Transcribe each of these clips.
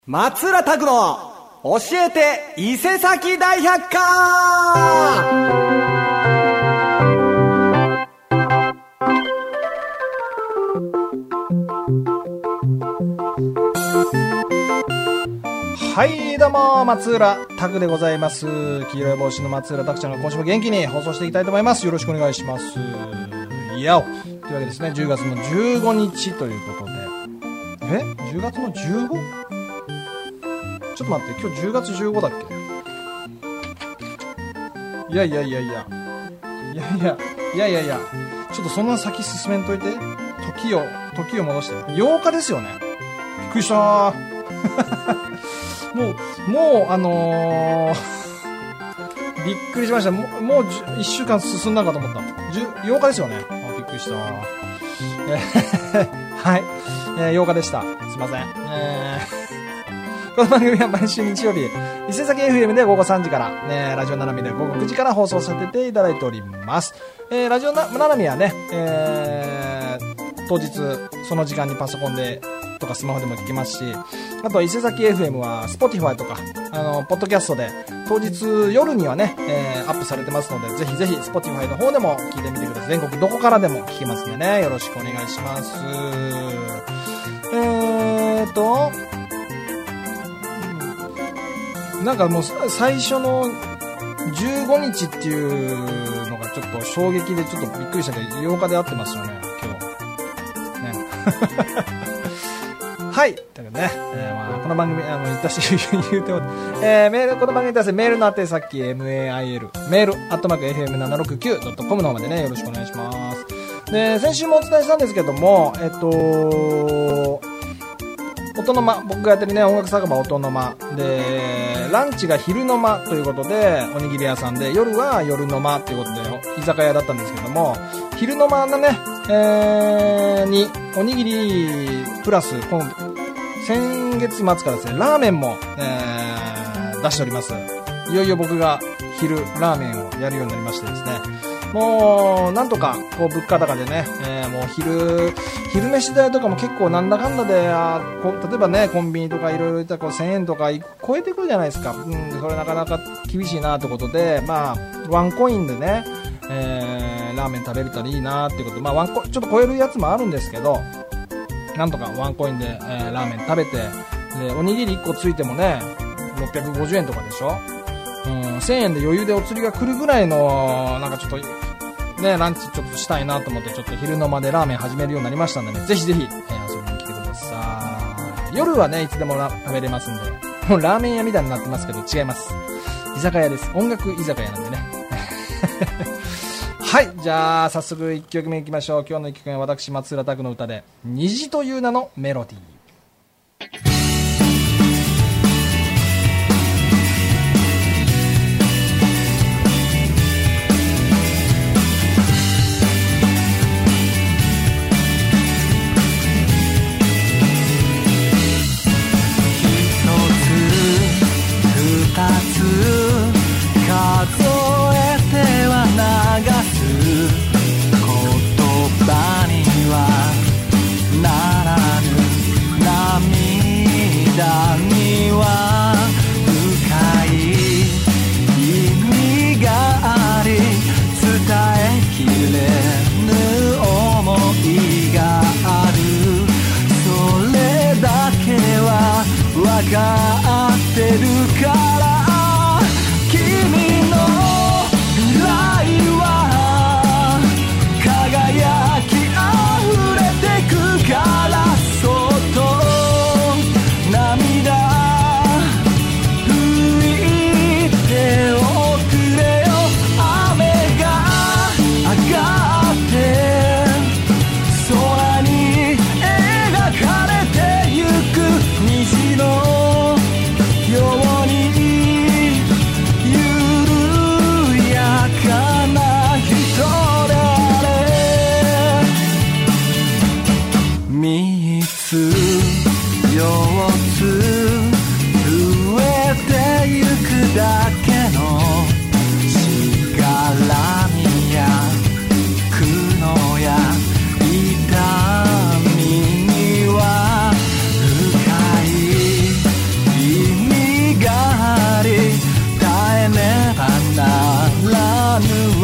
松浦拓の教えて伊勢崎大百科。はいどうも松浦拓でございます。黄色い帽子の松浦拓ちゃんが今週も元気に放送していきたいと思います。よろしくお願いします。いやおというわけですね、10月の15日ということで、10月の 15？ちょっと待って、今日10月15だっけ？いや、ちょっとそんな先進めんといて。時を戻して。8日ですよね。びっくりしたもうびっくりしました。もう1週間進んだかと思った。8日ですよね。びっくりした。はい、8日でした。すいません。この番組は毎週日曜日、伊勢崎 FM で午後3時から、ラジオななみで午後9時から放送させていただいております。ラジオななみはね、当日その時間にパソコンでとかスマホでも聞けますし、あと伊勢崎 FM は Spotify とかポッドキャストで当日夜にはね、アップされてますので、ぜひぜひ Spotify の方でも聞いてみてください。全国どこからでも聞けますんでね、よろしくお願いします。なんかもう最初の15日っていうのがちょっと衝撃でちょっとびっくりしたけど、8日で合ってますよね、今日。ね。はい。ということでね、この番組、言ってもこの番組に対するメールの宛先、メール、@fm769.com の方までね、よろしくお願いします。で、先週もお伝えしたんですけども、音の間、僕がやってるね、音楽酒場音の間で、ランチが昼の間ということでおにぎり屋さんで、夜は夜の間ということで居酒屋だったんですけども、昼の間のね、におにぎりプラス先月末からですね、ラーメンも、出しております。いよいよ僕が昼ラーメンをやるようになりましてですね、もうなんとかこう物価高でね、もう昼飯代とかも結構なんだかんだで、例えばねコンビニとかいろいろいったら1000円とか超えてくるじゃないですか。それなかなか厳しいなってことで、まあワンコインでね、ラーメン食べれたらいいなっていうことで、まあワンコちょっと超えるやつもあるんですけど、なんとかワンコインで、ラーメン食べて、でおにぎり1個ついてもね650円とかでしょ。1000円で余裕でお釣りが来るぐらいのなんかちょっとねランチちょっとしたいなと思って、ちょっと昼の間でラーメン始めるようになりましたんでね、ぜひぜひ、遊びに来てください。夜はねいつでも食べれますんで、もうラーメン屋みたいになってますけど違います。居酒屋です。音楽居酒屋なんでねはい、じゃあ早速1曲目いきましょう。今日の1曲目は私松浦拓の歌で虹という名のメロディー。 分かってるから君の未来は輝きあふれてくからそっと涙拭いておくれよ。雨が上がって空に描かれてゆく虹のように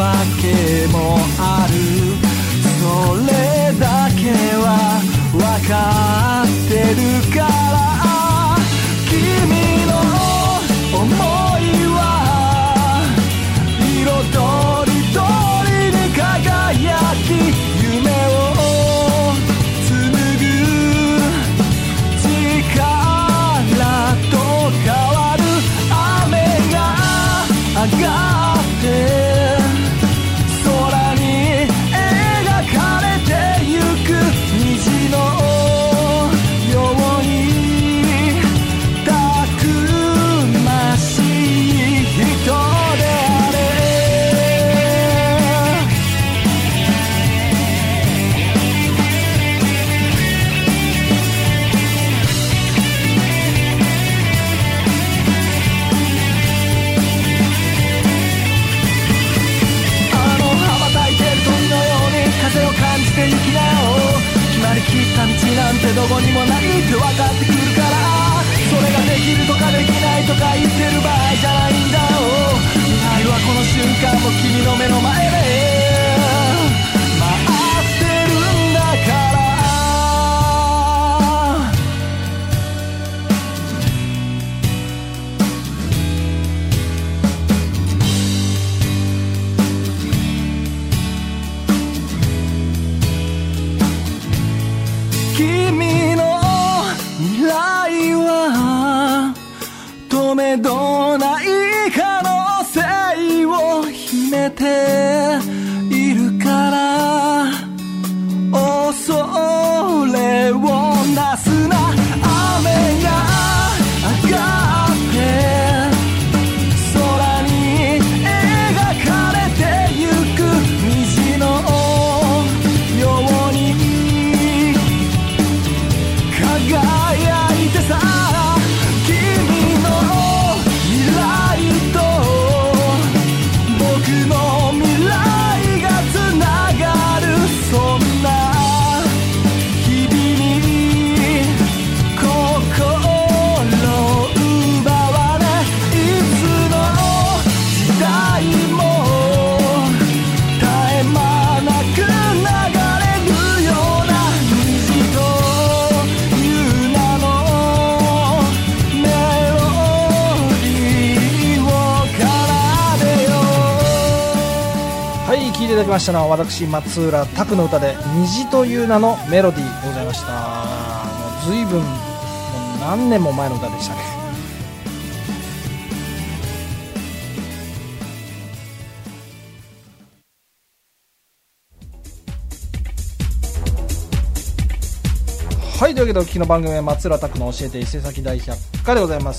訳もある。それだけは分かってるから、君の想いは色とりどりに輝き、夢を紡ぐ力と変わる。雨が上がって空に描かれてゆく虹のように、たくましい人であれ。羽ばたいてる鳥のように風を感じて行きなよ。決まりきった道なんてどこにもないって分かってくるから、それができるとかできないとか言ってる場合じゃないんだよ。未来はこの瞬間も君の目の前で待ってるんだから。君の未来は止めどない可能性を秘めているから、恐れをなすな。雨が上がって空に描かれてゆく虹のように輝いてさ、君の未来と僕の未来がつながる。そんな日々に心奪われ、いつの時代も絶え間なく流れるような虹という名のメロディーを奏でよう。 はい、聴いていただきましたのは私松浦拓の歌で虹という名のメロディーでございました。もう随分もう何年も前の歌でしたね。はい、というわけでお聞きの番組は松浦拓の教えて伊勢崎大百科でございます。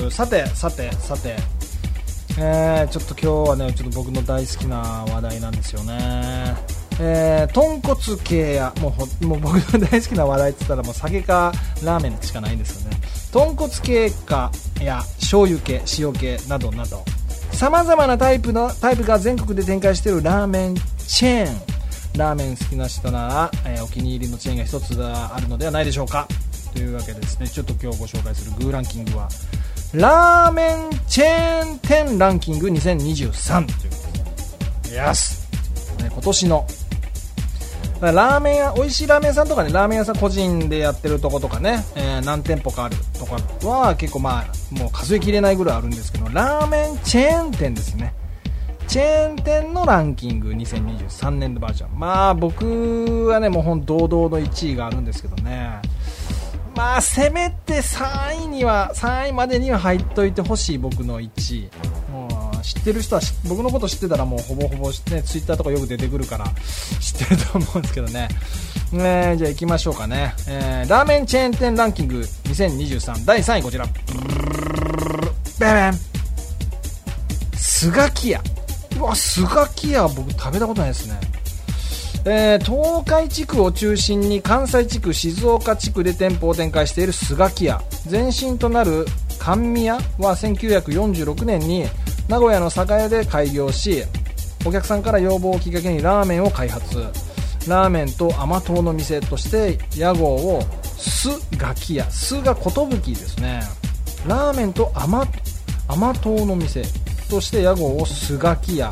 さてちょっと今日はね、ちょっと僕の大好きな話題なんですよね。豚骨系やもう僕の大好きな話題って言ったらもう酒かラーメンしかないんですよね。豚骨系かや醤油系、塩系などなど様々なタイプが全国で展開しているラーメンチェーン。ラーメン好きな人なら、お気に入りのチェーンが一つあるのではないでしょうか。というわけでですね、ちょっと今日ご紹介するグーランキングはラーメンチェーン店ランキング2023ということで、Yes、今年のラーメン屋、美味しいラーメン屋さんとかね、ラーメン屋さん個人でやってるとことかね、何店舗かあるとかは結構もう数えきれないぐらいあるんですけど、ラーメンチェーン店ですね。チェーン店のランキング2023年度バージョン。僕はね、もうほん堂々の1位があるんですけどね。せめて3位までには入っといてほしい僕の1位。もう知ってる人は僕のこと知ってたらもうほぼほぼ、ね、ツイッターとかよく出てくるから知ってると思うんですけどね。じゃあ行きましょうかね。ラーメンチェーン店ランキング2023第3位こちら。ベベン。スガキヤ。スガキヤ僕食べたことないですね。東海地区を中心に関西地区、静岡地区で店舗を展開しているスガキヤ。前身となる甘味屋は1946年に名古屋の栄で開業し、お客さんから要望をきっかけにラーメンを開発。ラーメンと甘党の店として屋号をスガキヤ、スが寿ですね。ラーメンと甘党の店として屋号をスガキヤ、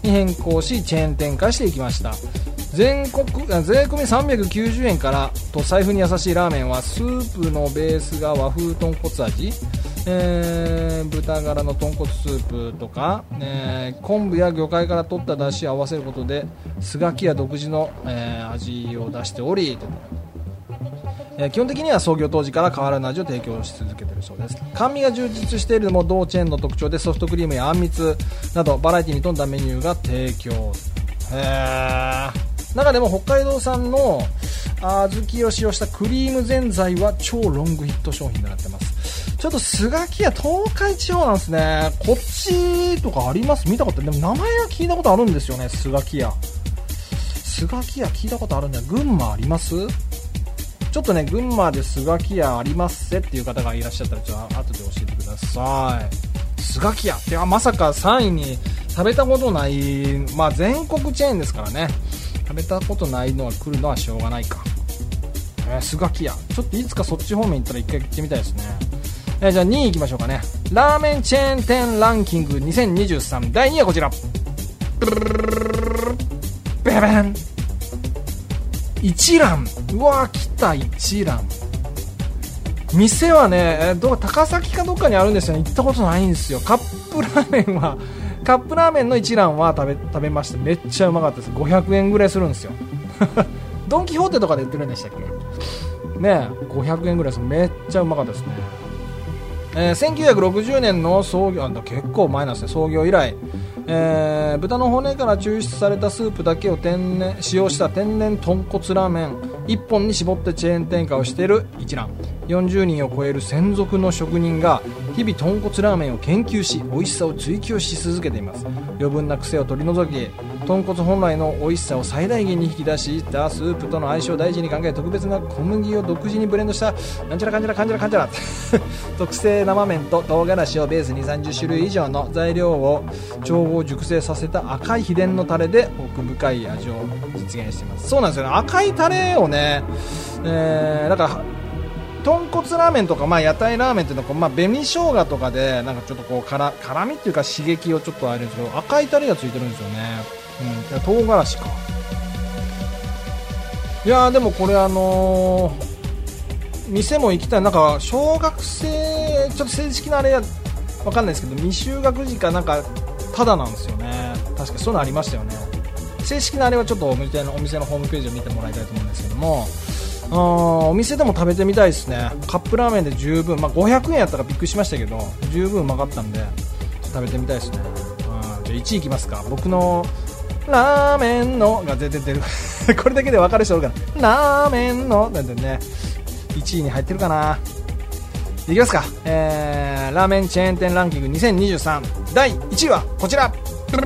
に変更しチェーン展開していきました。税込み390円からと財布に優しいラーメンはスープのベースが和風豚骨味、豚ガラの豚骨スープとか、昆布や魚介から取った出汁を合わせることでスガキヤ独自の、味を出しており、基本的には創業当時から変わらぬ味を提供し続けているそうです。甘味が充実しているのも同チェーンの特徴で、ソフトクリームやあんみつなどバラエティに富んだメニューが提供。中でも北海道産の小豆を使用したクリームぜんざいは超ロングヒット商品となってます。ちょっとスガキヤ東海地方なんですね。こっちとかあります？見たこと、でも名前は聞いたことあるんですよね。スガキヤ聞いたことあるんだよ。群馬あります？ちょっとね、群馬でスガキヤありますせっていう方がいらっしゃったら、ちょっと後で教えてください。スガキヤってまさか3位に食べたことない、全国チェーンですからね。食べたことないのは来るのはしょうがないか。スガキヤちょっといつかそっち方面行ったら一回行ってみたいですね。じゃあ2位行きましょうかね。ラーメンチェーン店ランキング2023第2位はこちら。ベベン一蘭。うわー来た、一蘭。店はね、高崎かどっかにあるんですよね。行ったことないんですよ。カップラーメンの一蘭は食べました。めっちゃうまかったです。500円ぐらいするんですよ。ドンキホーテとかで売ってるんでしたっけね。500円ぐらいする。めっちゃうまかったですね。1960年の創業、結構前なんですね。創業以来、豚の骨から抽出されたスープだけを使用した天然豚骨ラーメン1本に絞ってチェーン展開をしている一蘭。40人を超える専属の職人が日々豚骨ラーメンを研究し、美味しさを追求し続けています。余分な癖を取り除き、豚骨本来の美味しさを最大限に引き出したスープとの相性を大事に考え、特別な小麦を独自にブレンドしたなんちゃらかんちゃらかんちゃらかんちゃら特製生麺と唐辛子をベースに30種類以上の材料を調合熟成させた赤い秘伝のタレで奥深い味を実現しています。そうなんですよね。赤いタレをね、だから豚骨ラーメンとか、屋台ラーメンっていうのは紅生姜とかでなんかちょっとこう辛みっていうか刺激をちょっとあれるんですけど、赤いタレがついてるんですよね。唐辛子か。いやーでもこれ店も行きたい。なんか小学生ちょっと正式なあれわかんないですけど、未就学児かなんかタダなんですよね。確かそういうのありましたよね。正式なあれはちょっとお店のホームページを見てもらいたいと思うんですけども、お店でも食べてみたいですね。カップラーメンで十分、500円やったからびっくりしましたけど、十分うまかったんで食べてみたいですね。じゃあ1位いきますか。僕のラーメンのが出てるこれだけで分かる人おるからラーメンのなんてね、1位に入ってるかな。いきますか。ラーメンチェーン店ランキング2023第1位はこちら。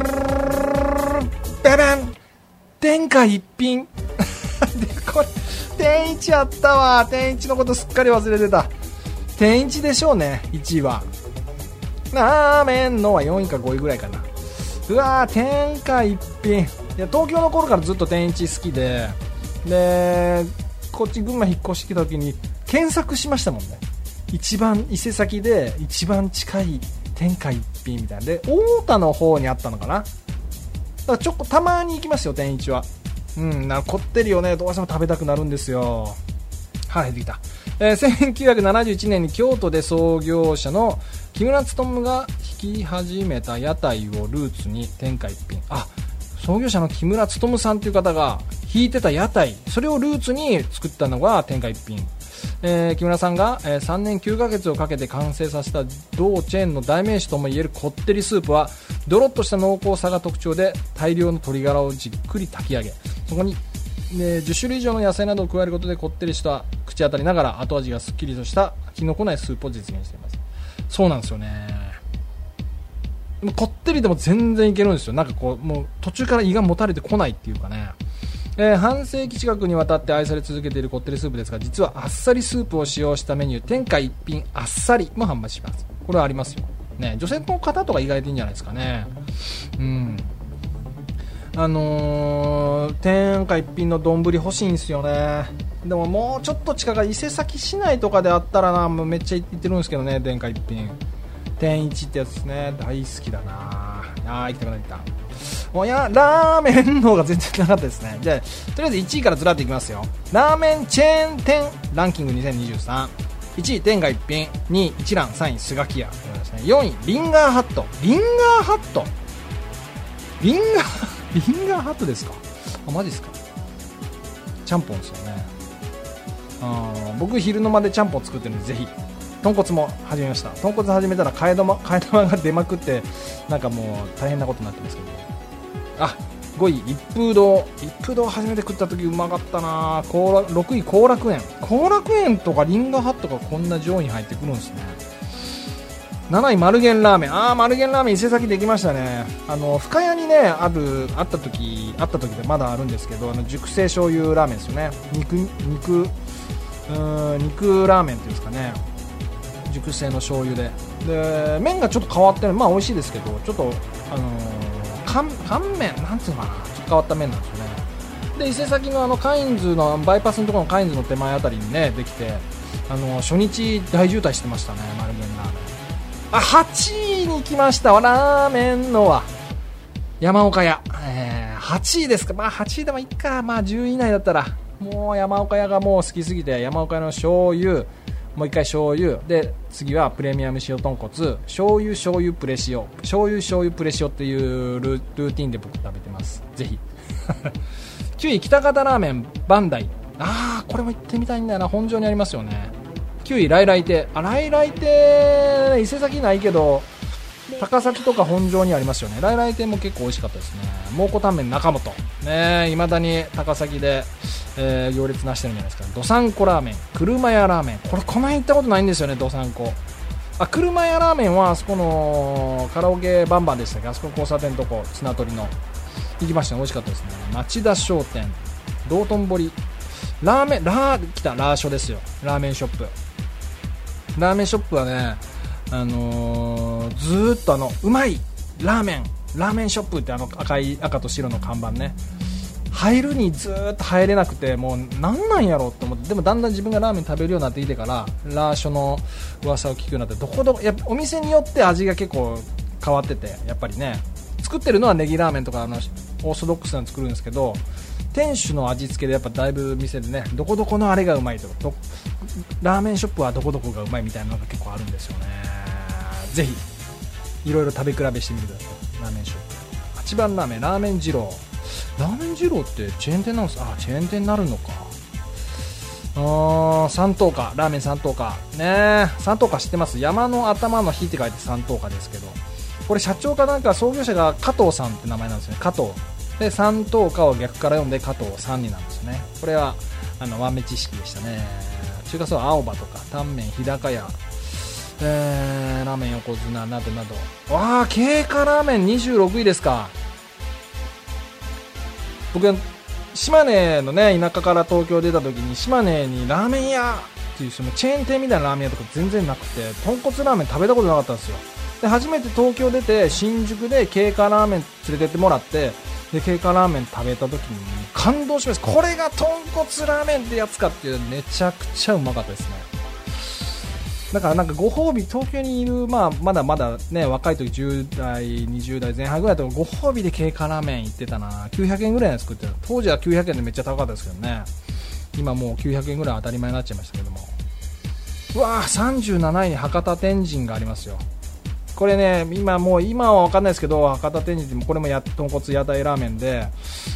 ベベン天下一品でこれ天一あったわ。天一のことすっかり忘れてた。天一でしょうね。1位はラーメンのは4位か5位ぐらいかな。うわー天下一品。いや東京の頃からずっと天一好きでこっち群馬引っ越してきた時に検索しましたもんね。一番伊勢崎で一番近い天下一品みたいなで、大田の方にあったのかな。だからたまに行きますよ天一は。こってりをねどうしても食べたくなるんですよ。はい、出てきた。1971年に京都で創業者の木村勉が引き始めた屋台をルーツに天下一品。創業者の木村勉さんという方が引いてた屋台、それをルーツに作ったのが天下一品。木村さんが、3年9ヶ月をかけて完成させた同チェーンの代名詞ともいえるこってりスープはドロッとした濃厚さが特徴で、大量の鶏ガラをじっくり炊き上げ、そこに、10種類以上の野菜などを加えることでこってりした口当たりながら後味がすっきりとしたきのこないスープを実現しています。そうなんですよね。こってりでも全然いけるんですよ。なんかこうもう途中から胃がもたれてこないっていうかね。半世紀近くにわたって愛され続けているこってりスープですが、実はあっさりスープを使用したメニュー天下一品あっさりも販売します。これはありますよね。女性の方とか意外といいんじゃないですかね。天下一品の丼欲しいんですよね。でももうちょっと近く伊勢崎市内とかであったらな、もうめっちゃ行ってるんですけどね。天下一品天一ってやつですね。大好きだな。行きたくなった。 ラーメンの方が全然なかったですね。じゃあとりあえず1位からずらっていきますよ。ラーメンチェーン店ランキング2023、1位天下一品、2位一蘭、3位スガキヤ、4位リンガーハット。リンガーハットですか。マジですか。ちゃんぽんですよね。僕昼の間でちゃんぽん作ってるんで、ぜひ豚骨も始めました。豚骨始めたら替え玉が出まくって、なんかもう大変なことになってますけど、5位一風堂初めて食った時うまかったな。6位後楽園とかリンガーハットがこんな上位に入ってくるんですね。7位丸源ラーメン。丸源ラーメン伊勢崎できましたね。深谷にねあった時でまだあるんですけど、熟成醤油ラーメンですよね。肉ラーメンっていうんですかね、熟成の醤油で麺がちょっと変わってる、美味しいですけど、ちょっと乾麺なんていうのかな、ちょっと変わった麺なんですよね。で伊勢崎のカインズのバイパスのところのカインズの手前あたりにねできて、初日大渋滞してましたね、丸源ラーメン。8位に来ましたラーメンのは山岡屋、8位ですか。8位でもいいか、10位以内だったらもう山岡屋がもう好きすぎて、山岡屋の醤油、もう一回醤油で、次はプレミアム塩豚骨、醤油プレ塩、醤油プレ塩っていうルーティンで僕食べてます。ぜひ9位北方ラーメンバンダイ。これも行ってみたいんだよな、本庄にありますよね。9位来来亭。来来亭伊勢崎ないけど高崎とか本庄にありますよね。来来亭も結構美味しかったですね。蒙古タンメン中本ね、未だに高崎で、行列なしてるんじゃないですか。どさんこラーメン、車屋ラーメン、この辺行ったことないんですよね、どさんこ。車屋ラーメンはあそこのカラオケバンバンでしたっけ、あそこ交差点のとこ綱取りの行きましたね、美味しかったですね。町田商店、道頓堀ラーメンラーショですよ。ラーメンショップはね、ずーっとうまいラーメンショップって赤と白の看板ね、入るにずーっと入れなくて、もうなんなんやろうと思って、でもだんだん自分がラーメン食べるようになってきてからラーショの噂を聞くようになって、やっぱお店によって味が結構変わってて、やっぱりね作ってるのはネギラーメンとかオーソドックスなの作るんですけど、店主の味付けでやっぱだいぶ店でね、どこどこのあれがうまいとか、ラーメンショップはどこどこがうまいみたいなのが結構あるんですよね。ぜひいろいろ食べ比べしてみてください。ラーメンショップ8番ラーメンラーメン二郎。ラーメン二郎ってチェーン店なんですか。チェーン店になるのか。三等価ラーメン三等価ね、三等価知ってます。山の頭の日って書いて三等価ですけど、これ社長かなんか創業者が加藤さんって名前なんですよね。加藤で三等価を逆から読んで加藤さんになるんですね。これは豆知識でしたね。中華そば青葉とかタンメン日高屋、ラーメン横綱などなど。経過ラーメン26位ですか。僕は島根のね田舎から東京出た時に、島根にラーメン屋っていうそのチェーン店みたいなラーメン屋とか全然なくて、豚骨ラーメン食べたことなかったんですよ。で初めて東京出て新宿で経過ラーメン連れてってもらって、で経過ラーメン食べた時に感動しました。これが豚骨ラーメンってやつかっていう、めちゃくちゃうまかったですね。だからなんかご褒美、東京にいる、まだまだね若い時10代20代前半ぐらいとご褒美で経過ラーメン行ってたな。900円ぐらいの作ってた。当時は900円でめっちゃ高かったですけどね。今もう900円ぐらい当たり前になっちゃいましたけども。37位に博多天神がありますよ。これね今は分かんないですけど、博多天神ってこれも豚骨屋台ラーメンで、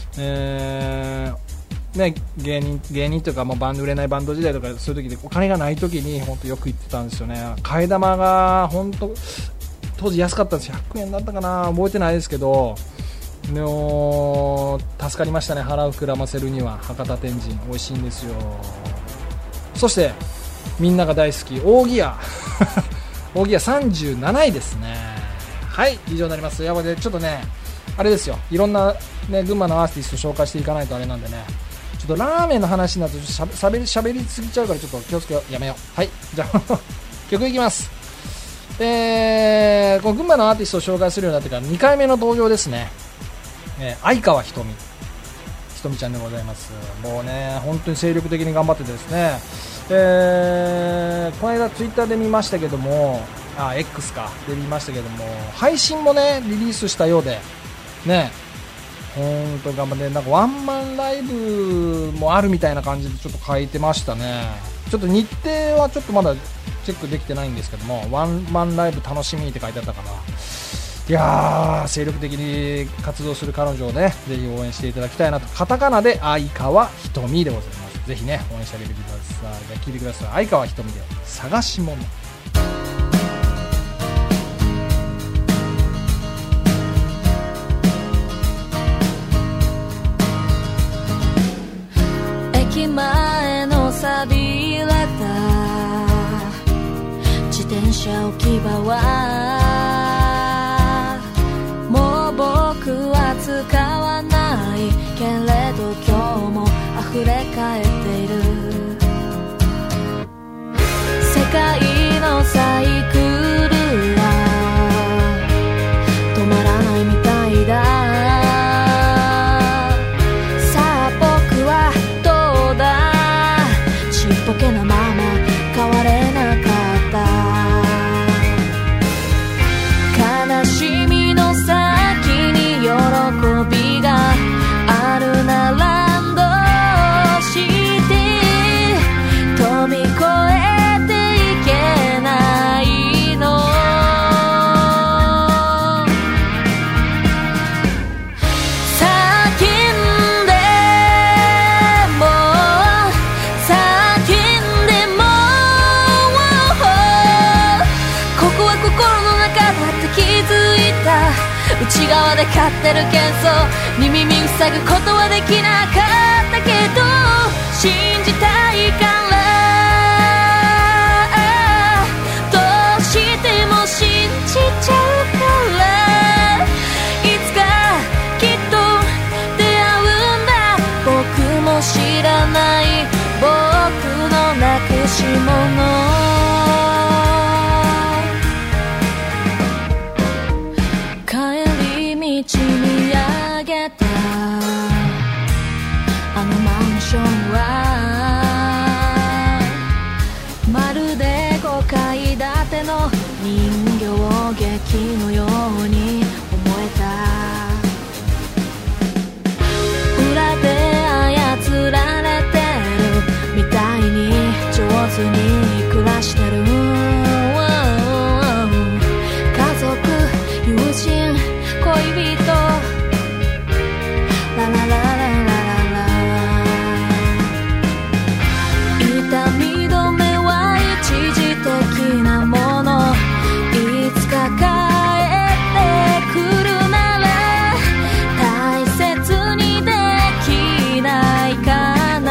芸人というかもう売れないバンド時代とかそういう時でお金がない時に本当よく行ってたんですよね。替え玉が本当当時安かったんです。100円だったかな、覚えてないですけど、助かりましたね。腹を膨らませるには博多天神美味しいんですよ。そしてみんなが大好き扇屋扇屋37位ですね。はい、以上になります。やばい、ちょっとねあれですよ、いろんな、ね、群馬のアーティスト紹介していかないとあれなんでね、ちょっとラーメンの話になるとしゃべりすぎちゃうから、ちょっと気をつけよう、やめよう。はい、じゃあ曲いきます。この群馬のアーティストを紹介するようになってから2回目の登場ですね。相川ひとみちゃんでございます。もうね本当に精力的に頑張っててですね、この間ツイッターで見ましたけども、X かで見ましたけども、配信もねリリースしたようで、 ね、ほんと頑張って、なんかワンマンライブもあるみたいな感じでちょっと書いてましたね。ちょっと日程はちょっとまだチェックできてないんですけども、ワンマンライブ楽しみって書いてあったかな。いやー、精力的に活動する彼女をね、ぜひ応援していただきたいなと。カタカナで相川ひとみでございます。ぜひね、応援してあげてください。じゃあ聞いてください。相川ひとみで探し物。 駅前の錆びれた自転車置き場はもう僕は使わないけれど今日も溢れ返っている。世界のサイクルは止まらないみたいだ。さあ僕はどうだ、ちっぽけなまま変われなかった。悲しみの先に喜びがあるならどうして飛び越えていけないの。叫んでも叫んでもここは心の中だって気づいた。内側で飼ってる喧騒に耳塞ぐことはできなかったけど信じたいからどうしても信じちゃうから、いつかきっと出会うんだ。僕も知らない僕のなくし物。道見上げたあのマンションはまるで5階建ての人形劇のように思えた。裏で操られてるみたいに上手に暮らしてる。家族友人恋人ラララララララ痛み止めは一時的なもの。いつか帰ってくるなら大切にできないかな。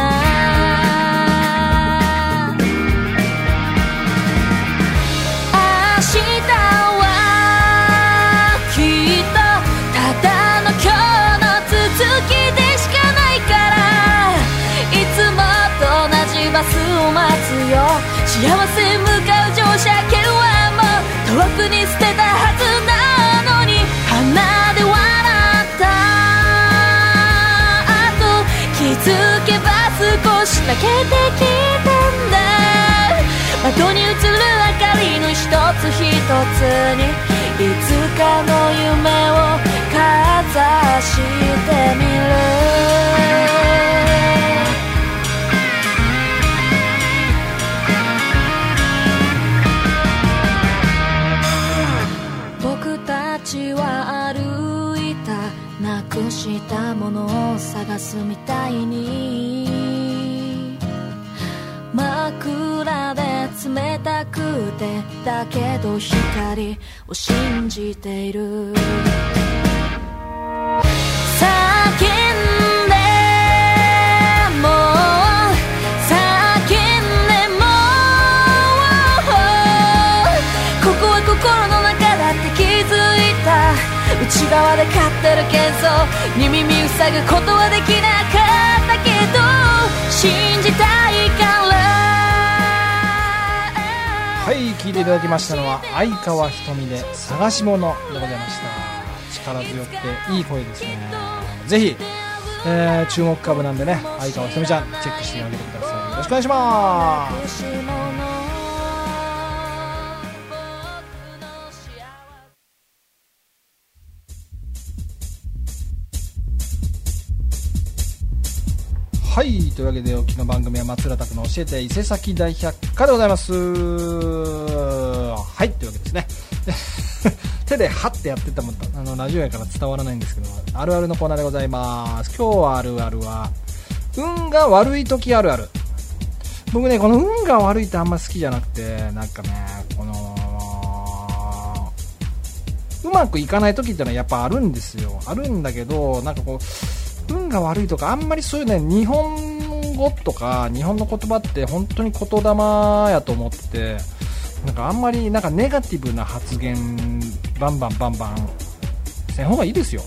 明日はきっとただの今日の続きでしかないから、いつもと同じバスを待つよ。幸せへ向かう乗車券はもう遠くに捨てたはずなのに、鼻で笑った後気づけば少しだけできたんだ。窓に映る明かりの一つ一つにいつかの夢をかざしてみる。僕たちは歩いたなくしたものを探すみたいに、枕で冷たくてだけど光を信じている。叫んでも叫んでもここは心の中だって気づいた。内側で飼ってる喧騒に耳塞ぐことはできなかったけど信じたいから。 はい、聞いていただきましたのは相川ひとみで探し物でございました。力強くていい声ですね。ぜひ、注目株なんでね、相川ひとみちゃんチェックしてあげてください。よろしくお願いします。 はい、というわけでお聞きの番組は松浦拓の教えて伊勢崎大百科でございます。はい、というわけですね手でハッてやってたもんラジオやから伝わらないんですけど、あるあるのコーナーでございます。今日はあるあるは運が悪い時あるある。僕ね、この運が悪いってあんま好きじゃなくて、なんかね、このうまくいかない時ってのはやっぱあるんですよ。あるんだけど、なんかこう運が悪いとかあんまりそういうね、日本語とか日本の言葉って本当に言霊やと思ってて、なんかあんまりなんかネガティブな発言バンバンせん方がいいですよ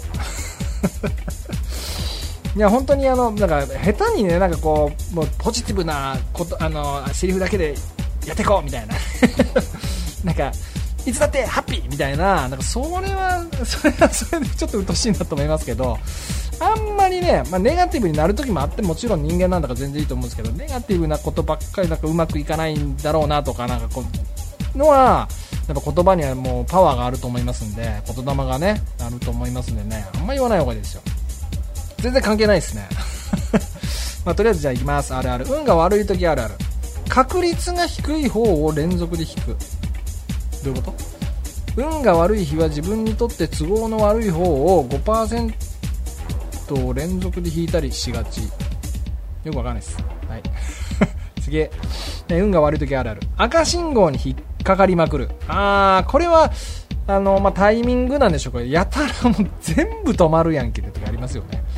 いや本当になんか下手にね、なんかこうもうポジティブなことセリフだけでやっていこうみたいななんかいつだってハッピーみたいな、なんかそれはそれでちょっと鬱陶しいなと思いますけど、あんまりね、ネガティブになる時もあって、もちろん人間なんだから全然いいと思うんですけど、ネガティブなことばっかりなんかうまくいかないんだろうなとか、なんかこうのはやっぱ言葉にはもうパワーがあると思いますんで、言霊がねあると思いますんでね、あんまり言わない方がいいですよ。全然関係ないですねとりあえずじゃあいきます。あるある、運が悪い時あるある。確率が低い方を連続で引く。どういうこと？運が悪い日は自分にとって都合の悪い方を 5% を連続で引いたりしがち。よくわかんないです。はい。次、運が悪い時あるある。赤信号に引っかかりまくる。これはタイミングなんでしょうか。やたらもう全部止まるやんけって時ありますよね。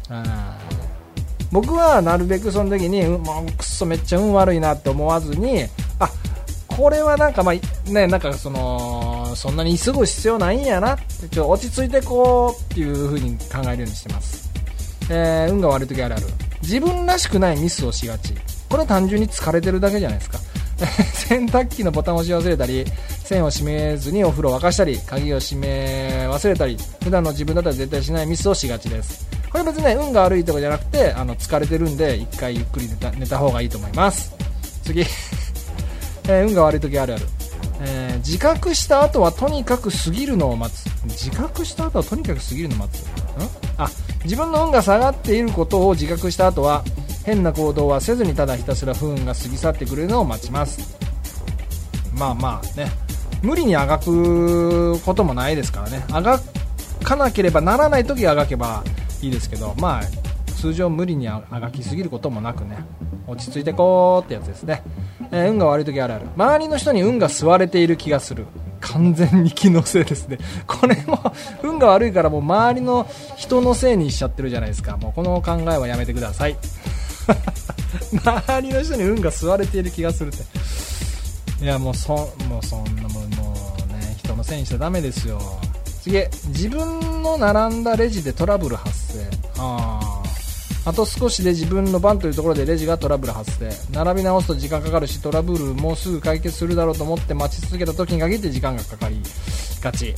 僕はなるべくその時に、もうくっそめっちゃ運悪いなって思わずに、これはなんかなんかそんなに急ぐ必要ないんやなって、落ち着いてこうっていう風に考えるようにしてます。運が悪い時あるある。自分らしくないミスをしがち。これは単純に疲れてるだけじゃないですか洗濯機のボタンを押し忘れたり、線を閉めずにお風呂を沸かしたり、鍵を閉め忘れたり、普段の自分だったら絶対しないミスをしがちです。これ別にね、運が悪いとかじゃなくて、疲れてるんで一回ゆっくり寝た方がいいと思います。次運が悪い時あるある。自覚した後はとにかく過ぎるのを待つ。自覚した後はとにかく過ぎるのを待つ。自分の運が下がっていることを自覚した後は変な行動はせずに、ただひたすら不運が過ぎ去ってくれるのを待ちます。ね、無理にあがくこともないですからね。あがかなければならない時はあがけばいいですけど、通常無理にあがきすぎることもなくね、落ち着いてこうってやつですね。運が悪い時あるある。周りの人に運が吸われている気がする。完全に気のせいですね。これも運が悪いからもう周りの人のせいにしちゃってるじゃないですか。もうこの考えはやめてください周りの人に運が吸われている気がするって、いやもうそんなもうね、人のせいにしちゃダメですよ。次、自分の並んだレジでトラブル発生。あと少しで自分の番というところでレジがトラブル発生。並び直すと時間かかるし、トラブルもうすぐ解決するだろうと思って待ち続けた時に限って時間がかかりがち。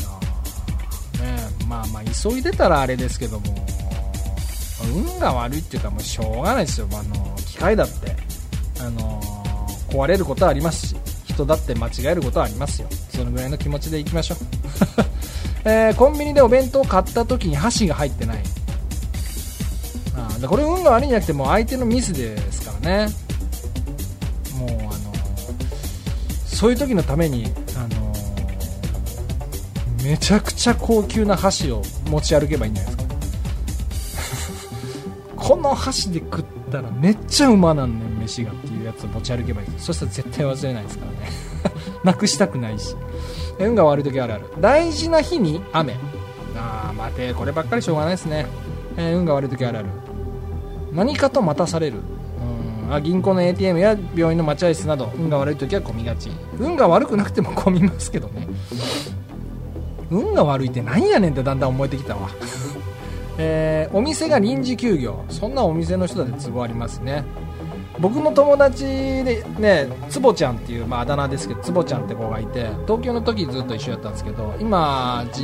急いでたらあれですけども、運が悪いっていうかもうしょうがないですよ。機械だって壊れることはありますし、人だって間違えることはありますよ。そのぐらいの気持ちでいきましょうコンビニでお弁当を買った時に箸が入ってない。これ運が悪いんじゃなくてもう相手のミスですからね。もうそういう時のためにめちゃくちゃ高級な箸を持ち歩けばいいんじゃないですかこの箸で食ったらめっちゃうまなんねん飯がっていうやつを持ち歩けばいい。そしたら絶対忘れないですからねなくしたくないし。運が悪い時あるある。大事な日に雨。待て、こればっかりしょうがないですね。運が悪い時あるある。何かと待たされる。銀行の ATM や病院の待合室など運が悪い時は混みがち。運が悪くなくても混みますけどね。運が悪いってなんやねんってだんだん思えてきたわお店が臨時休業。そんなお店の人だって都合ありますね。僕の友達でね、つぼちゃんっていう、あだ名ですけど、つぼちゃんって子がいて、東京の時ずっと一緒やったんですけど、今地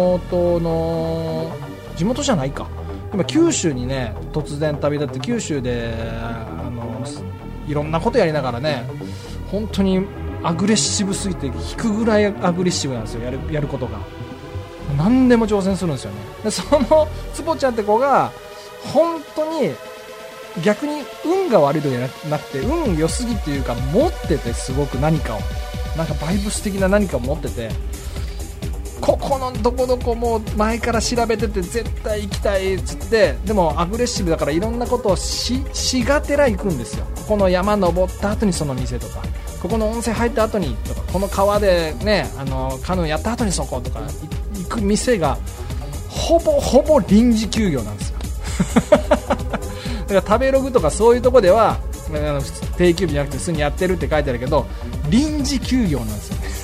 元じゃないか、今九州にね突然旅立って、九州でいろんなことやりながらね、本当にアグレッシブすぎて引くぐらいアグレッシブなんですよ。やることが何でも挑戦するんですよね。でそのつぼちゃんって子が本当に逆に運が悪いとかじゃなくて、運良すぎっていうか、持っててすごく何かを、なんかバイブス的な何かを持ってて、ここのどこどこもう前から調べてて絶対行きたいっつって、でもアグレッシブだからいろんなことをしがてら行くんですよ。ここの山登った後にその店とか、ここの温泉入った後にとか、この川でねカヌーやった後にそことか行く店がほぼ臨時休業なんですよだから食べログとかそういうとこでは定休日じゃなくて普通にやってるって書いてあるけど、臨時休業なんですよね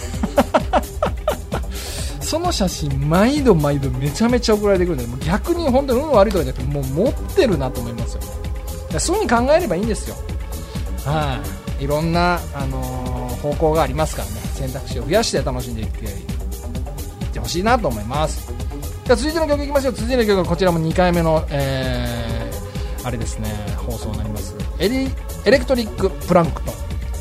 その写真毎度めちゃめちゃ送られてくるんで、もう逆に本当に運悪いとかじゃなくて、もう持ってるなと思いますよ。そういう風に考えればいいんですよ。はい、いろんな、方向がありますからね、選択肢を増やして楽しんでいってほしいなと思います。じゃあ続いての曲いきましょう。続いての曲はこちらも2回目の、あれですね、放送になります。エレクトリックプランクトン。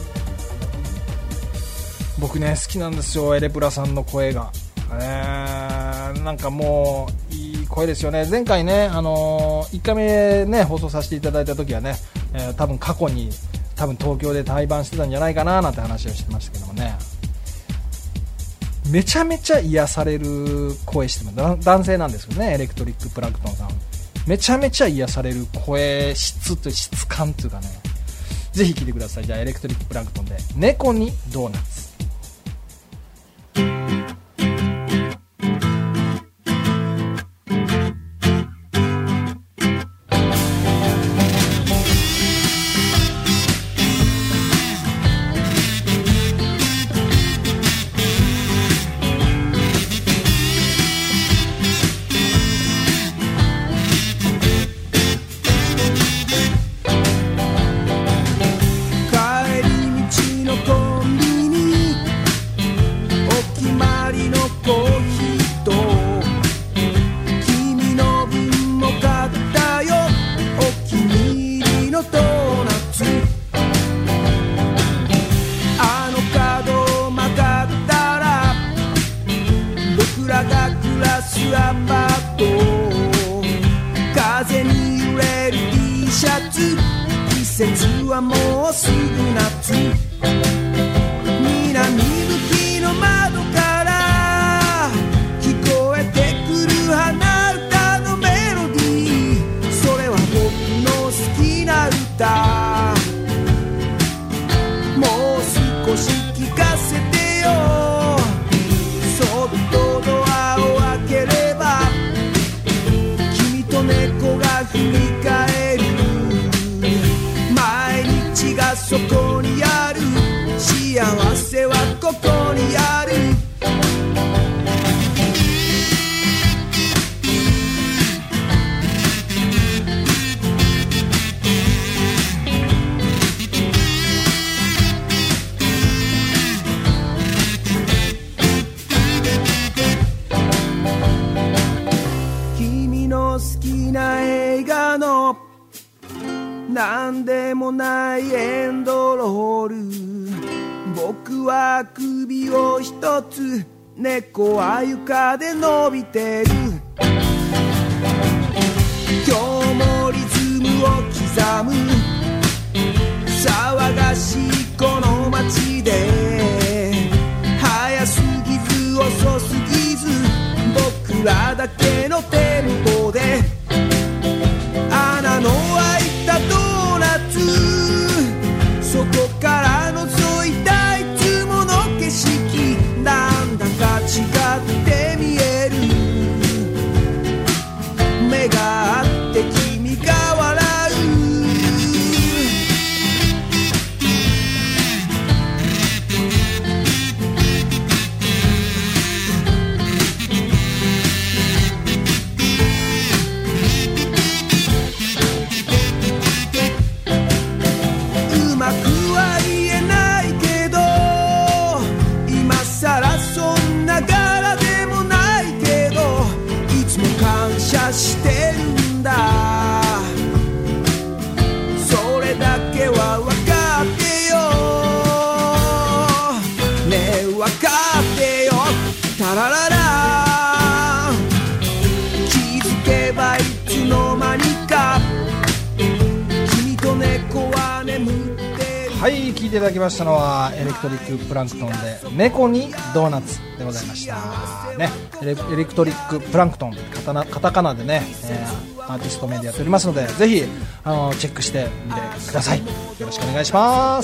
僕ね好きなんですよ、エレプラさんの声が。なんかもういい声ですよね。前回ね、1回目ね放送させていただいた時はね、多分過去に東京で対バンしてたんじゃないかななんて話をしてましたけどもね、めちゃめちゃ癒される声してます。男性なんですよね、エレクトリックプランクトンさん。めちゃめちゃ癒される声質と質感というかね、ぜひ聴いてください。じゃあエレクトリックプランクトンで猫にドーナツ。 なんでもないエンドロール、僕は首を一つ、猫は床で伸びてる。今日もリズムを刻む、騒がしいこの街で、早すぎず遅すぎず、僕らだけのテンポで、穴の開いたドーナツ、そこから覗いたいつもの景色、なんだか違って見える。目があって君が笑う。うまくは言えないけど、今さらそんな柄でもないけど、いつも感謝してるんだ。それだけは分かってよねえ、分かってよ。タラララ、気づけばいつの間にか君ていただきましたのはエレクトリックプランクトンで猫にドーナツでございましたね。エレクトリックプランクトンカタカナでね、アーティスト名でやっておりますので、ぜひチェックしてみてください。よろしくお願いします。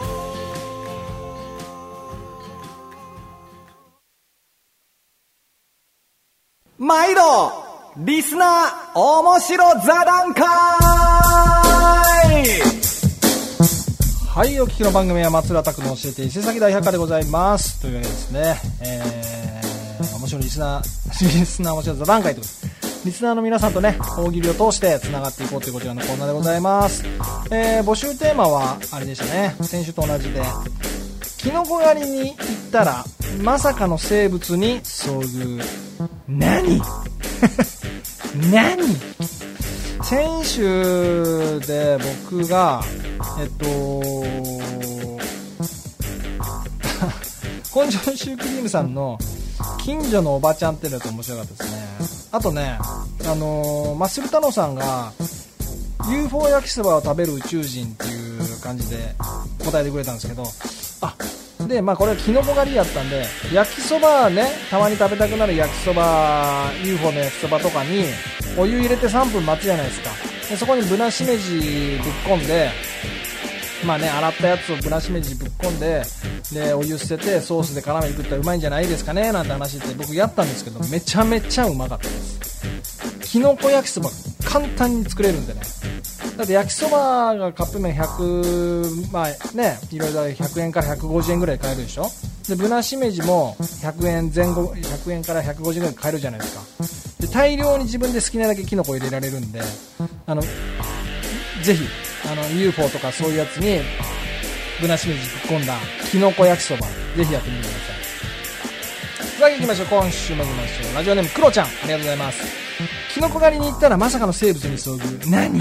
毎度リスナー面白座談会。 はい、お聞きの番組は松浦拓の教えて伊勢崎大百科でございますというわけですね。面白いリスナー面白い座談会ということで、リスナーの皆さんとね大喜利を通してつながっていこうというこちらのコーナーでございます。募集テーマはあれでしたね、先週と同じで、キノコ狩りに行ったらまさかの生物に遭遇。何何先週で僕が根性シュークリームさんの近所のおばちゃんっていうのが面白かったですね。あとね、マッスル太郎さんが UFO 焼きそばを食べる宇宙人っていう感じで答えてくれたんですけど、でこれはキノコ狩りやったんで、焼きそばね、たまに食べたくなる焼きそば UFO の焼きそばとかにお湯入れて3分待つじゃないですか。でそこにぶなしめじぶっ込んで、洗ったやつをぶなしめじぶっ込んで、お湯捨ててソースで絡めて食ったらうまいんじゃないですかねなんて話って僕やったんですけど、めちゃめちゃうまかったです。キノコ焼きそば簡単に作れるんでね。だって焼きそばがカップ麺100、いろいろ100円から150円ぐらいで買えるでしょ。でぶなしめじも100円前後、100円から150円ぐらいで買えるじゃないですか。で大量に自分で好きなだけキノコ入れられるんで、ぜひUFO とかそういうやつにぶなしめじぶっ込んだキノコ焼きそばぜひやってみてください。さあ行きましょう。今週も行きましょう。ラジオネームクロちゃん、ありがとうございます。キノコ狩りに行ったらまさかの生物に遭遇。何？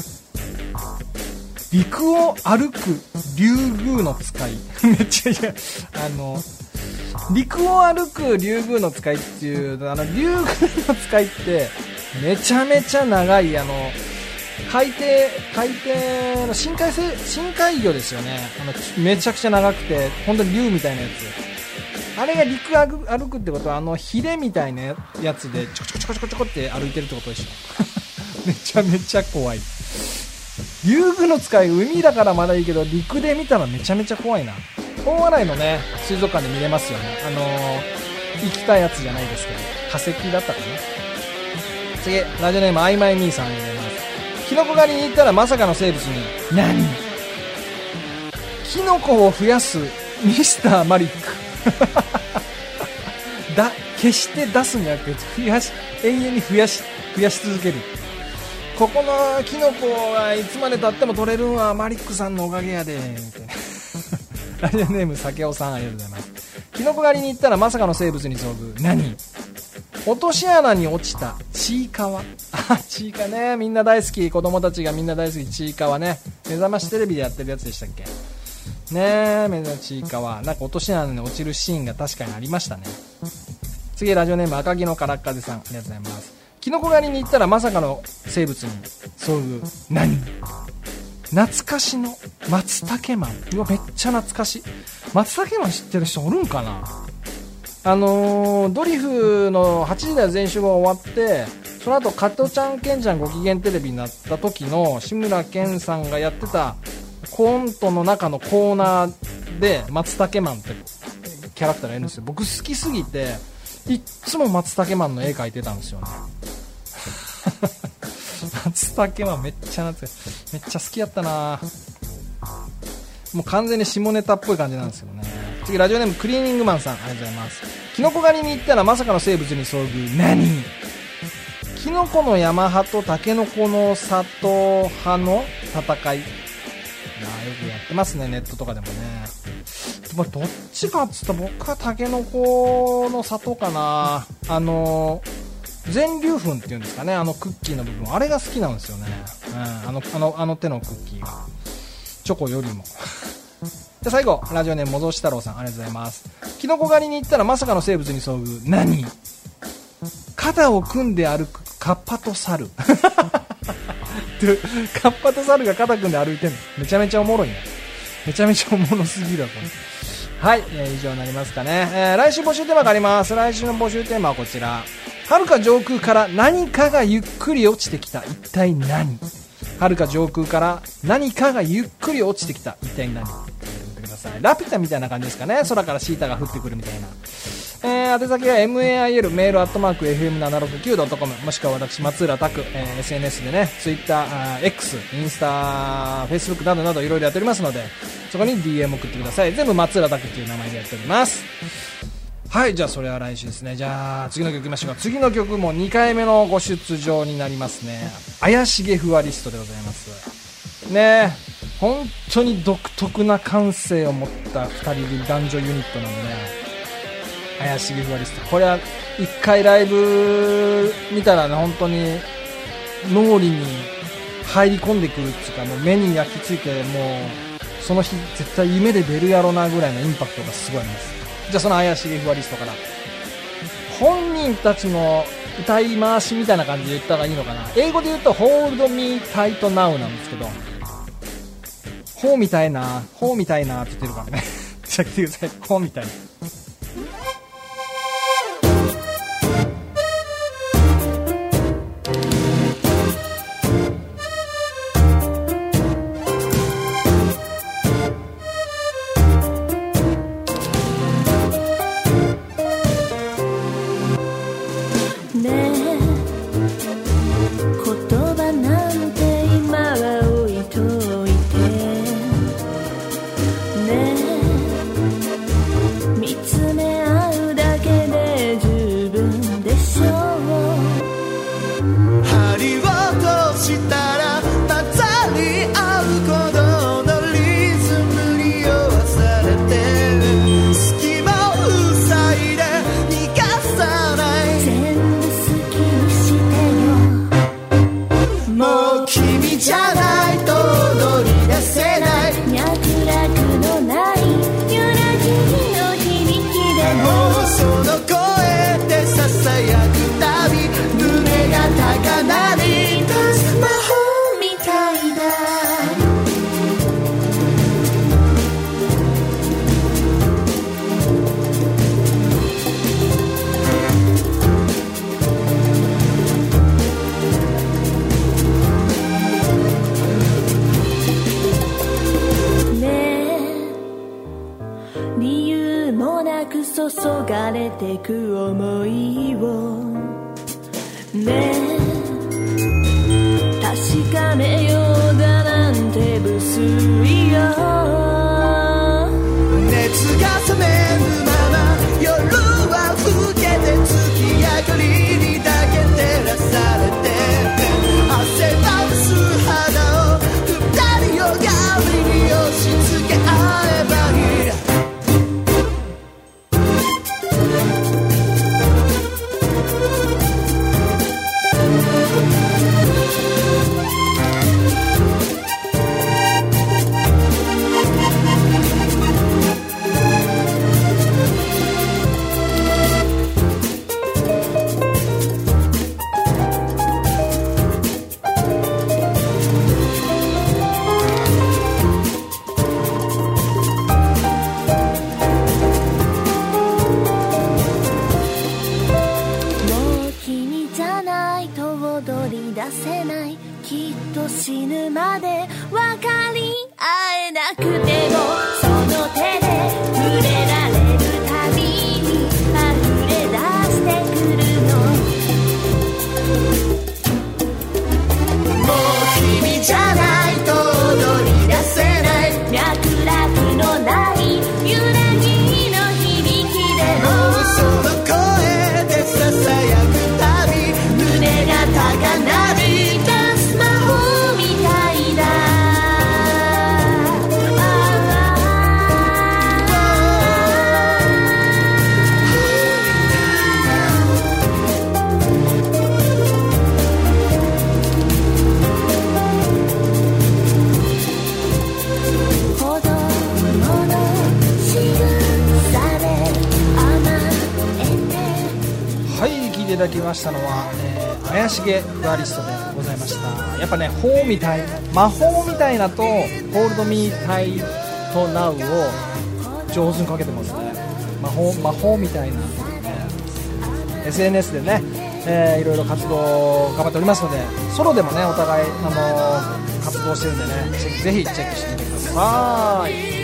陸を歩く竜宮の使いめっちゃいや、陸を歩く竜宮の使いっていう竜宮の使いってめちゃめちゃ長い海底の深海魚ですよね。めちゃくちゃ長くて本当に竜みたいなやつ、あれが陸歩くってことはヒレみたいなやつでちょこちょこって歩いてるってことでしょめちゃめちゃ怖い。竜宮の使い海だからまだいいけど陸で見たらめちゃめちゃ怖いな。大洗のね水族館で見れますよね。生きたやつじゃないですけど化石だったかな。次ラジオネームあいまい兄さんありがとうございます。キノコ狩りに行ったらまさかの生物に何？キノコを増やすミスターマリック決して出すんじゃなくて永遠に増やし続ける。ここのキノコはいつまでたっても取れるんはマリックさんのおかげやでラジオネームさけおさんありがとうございます。キノコ狩りに行ったらまさかの生物に遭遇。何？落とし穴に落ちたちいかわ。ちいかね、みんな大好き、子供たちがみんな大好きちいかわね。目覚ましテレビでやってるやつでしたっけね。目覚ましちいかわなんか落とし穴に落ちるシーンが確かにありましたね。次ラジオネーム赤城のからっ風さんありがとうございます。キノコ狩りに行ったらまさかの生物に遭遇。何？懐かしの松茸マン。うわめっちゃ懐かしい。松茸マン知ってる人おるんかな。ドリフの8時台全集が終わって、その後加トちゃんケンちゃんご機嫌テレビになった時の志村けんさんがやってたコントの中のコーナーで松茸マンってキャラクターがいるんですよ。僕好きすぎていっつも松茸マンの絵描いてたんですよね松茸マンめっちゃ懐かしい。めっちゃ好きやったな。もう完全に下ネタっぽい感じなんですよね。次ラジオネームクリーニングマンさんありがとうございます。キノコ狩りに行ったらまさかの生物に遭遇。何？キノコの山派とタケノコの里派の戦い。よくやってますね、ネットとかでもね。どっちかっつったら僕はタケノコの里かな。全粒粉っていうんですかね、クッキーの部分、あれが好きなんですよね。あの手のクッキーがチョコよりもで最後ラジオネームもぞし太郎さんありがとうございます。キノコ狩りに行ったらまさかの生物に遭遇。何？肩を組んで歩くカッパと猿カッパと猿が肩組んで歩いてるのめちゃめちゃおもろいね。 めちゃめちゃおもろすぎるわこれ。はい、以上になりますかね。来週募集テーマがあります。来週の募集テーマはこちら。遥か上空から何かがゆっくり落ちてきた。一体何？遥か上空から何かがゆっくり落ちてきた。一体何？見てください。ラピュタみたいな感じですかね。空からシータが降ってくるみたいな。宛先は mail メール@fm769.com もしくは私松浦拓、SNS でね Twitter、X、インスタ、Facebook などなどいろいろやっておりますので、そこに DM 送ってください。全部松浦拓っていう名前でやっております。はい、じゃあそれは来週ですね。じゃあ次の曲いきましょうか。次の曲も2回目のご出場になりますね。怪しげふわリストでございますね。本当に独特な感性を持った2人組男女ユニットなので、怪しげふわリスト、これは一回ライブ見たらね、本当に脳裏に入り込んでくるっていうか、もう目に焼き付いて、もうその日絶対夢で出るやろなぐらいのインパクトがすごいあります。じゃあその怪しげふわリストから本人たちの歌い回しみたいな感じで言った方がいいのかな。英語で言うと Hold Me Tight Now なんですけど、ほうみたいなほうみたいなって言ってるからねじゃあ来てください。ほうみたいな。 てく想いをね、確かめようだなんて無粋よ。 熱が冷めるまま夜は更けて月明かりにだけ照らされて汗ばむ素肌を二人よがりに押し付け合えばいい。 死ぬまで分かり合えなくてもその手で触れられるたびに溢れ出してくるの。 もう君じゃないと踊り出せない、 脈絡のない揺らぎの響きでもその声でささやくたび胸が高鳴り出す魔法みたいだ。 子供の仕草で甘えて。 はい、聞いていただきましたのは、怪しげフワリストでございました。やっぱね、法みたい、魔法みたいなとホールドミータイと Now を上手にかけてますね。魔法みたいな、SNS でね、いろいろ活動頑張っておりますので、ソロでもねお互い活動してるんでね、ぜひチェックしてみてください。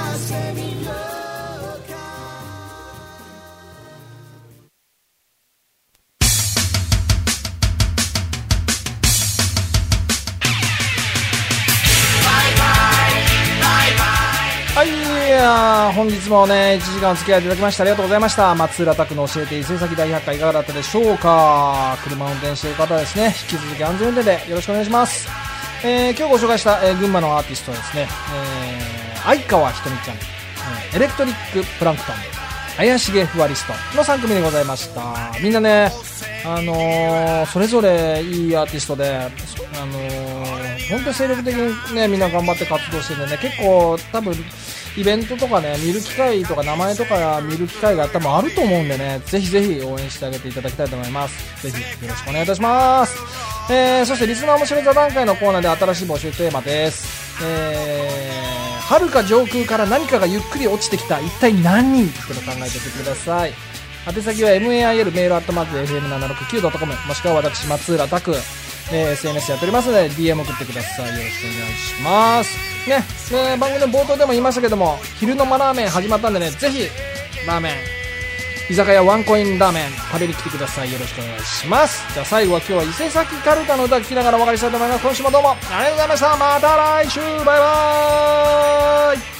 本日もね1時間お付き合いいただきましてありがとうございました。松浦拓の教えて伊勢崎大百科いかがだったでしょうか。車を運転している方はですね、引き続き安全運転でよろしくお願いします。今日ご紹介した、群馬のアーティストはですね、相川ひとみちゃん、エレクトリックプランクトン、怪しげふわリストの3組でございました。みんなね、それぞれいいアーティストで、本当に精力的にねみんな頑張って活動してるんでね、結構多分イベントとかね見る機会とか名前とか見る機会が多分あると思うんでね、ぜひぜひ応援してあげていただきたいと思います。ぜひよろしくお願いいたします。そしてリスナー面白い座談会のコーナーで新しい募集テーマです。遥か上空から何かがゆっくり落ちてきた、一体何ってのを考えておいてください。宛先は mail@fm769.com もしくは私松浦拓、SNS やっておりますので DM 送ってください。よろしくお願いしますね。番組の冒頭でも言いましたけども、昼の間ラーメン始まったんでね、ぜひラーメン居酒屋ワンコインラーメン食べに来てください。よろしくお願いします。じゃあ最後は今日は伊勢崎かるたの歌聴きながらお別れしたいと思います。今週もどうもありがとうございました。また来週、バイバーイ。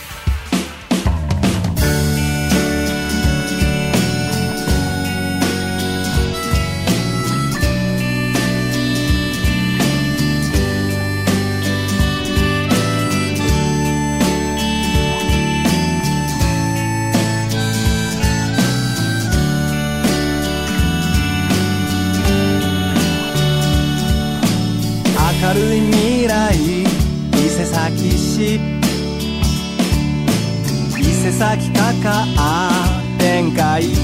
明るい未来伊勢崎市、伊勢崎かか天下一、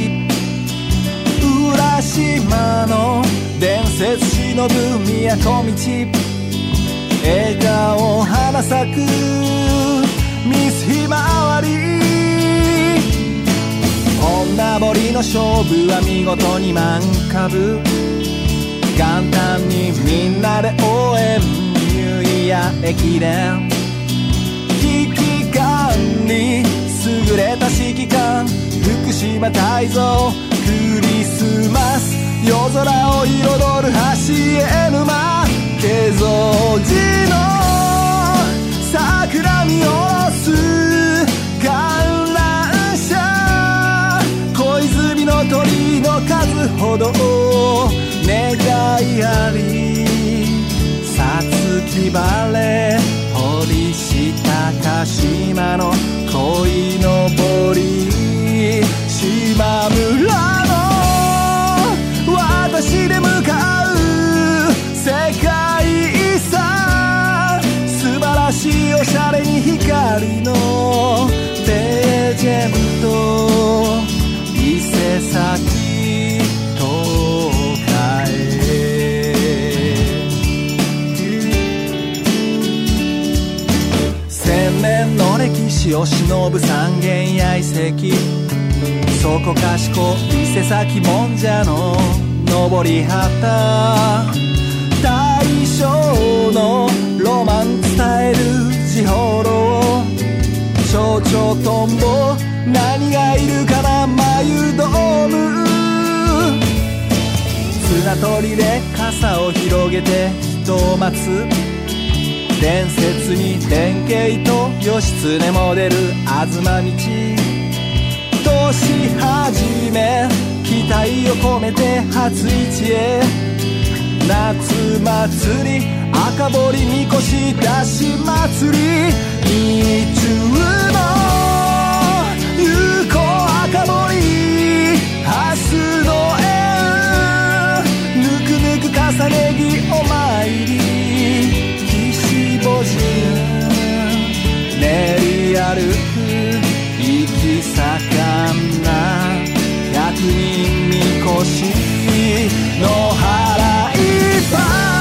浦島の伝説忍ぶ都道、笑顔花咲くミスひまわり、女堀の勝負は見事に満株、元旦にみんなで応援、ニューイヤー駅伝、危機管理優れた指揮官、福島泰造クリスマス、夜空を彩る橋へ沼、継続寺の桜見下ろす観覧車、小泉の鳥の数ほど願いあり、さつき晴れ堀下鹿島の鯉のぼり、島村の私で向かう世界遺産、素晴らしいおしゃれに光のレジェンド伊勢崎の歴史を忍ぶ三軒や遺跡、そこかしこ伊勢崎もんじゃの登り旗、大正のロマン伝える地幌、蝶々トンボ何がいるかな眉ドーム、綱取りで傘を広げて人を待つ、伝説に弁慶と義経モデル東道、年始め期待を込めて初市へ、夏祭り赤堀みこし出し祭り、日中の有効赤堀ハスの縁、ぬくぬく重ね着お参り、練り歩く息盛んな百人みこし、野原いっ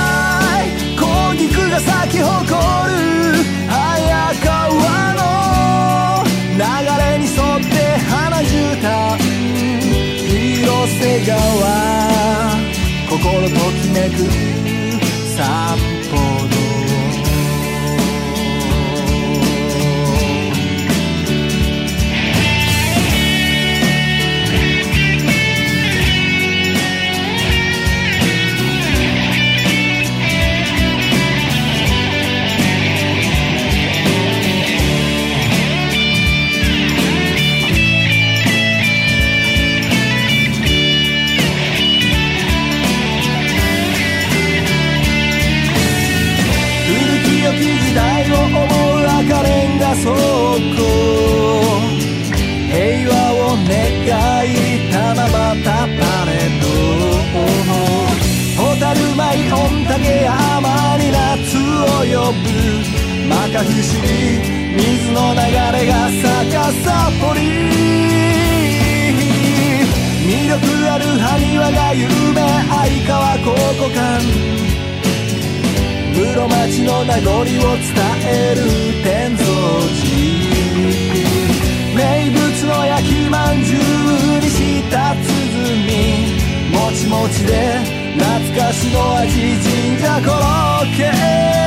ぱい小菊が咲き誇る早川の川心ときめく散歩道時代を思う赤レンガ倉庫平和を願い七夕パレード蛍舞御嶽山に夏を呼ぶ摩訶不思議水の流れが逆さ堀魅力ある埴輪が有名相川考古館室町の名残を伝える天蔵寺名物の焼きまんじゅうにした鼓もちもちで懐かしの味神社コロッケ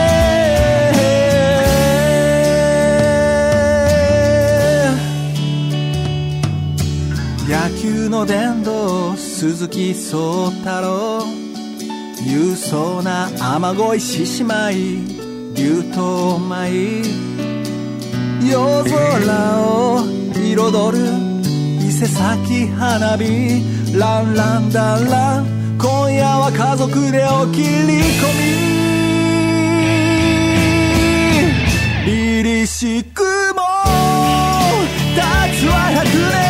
野球の殿堂鈴木聡太郎勇壮な雨乞い獅子舞竜頭舞夜空を彩る伊勢崎花火ランランダンラン今夜は家族でお切り込み凛々しくも立つは100年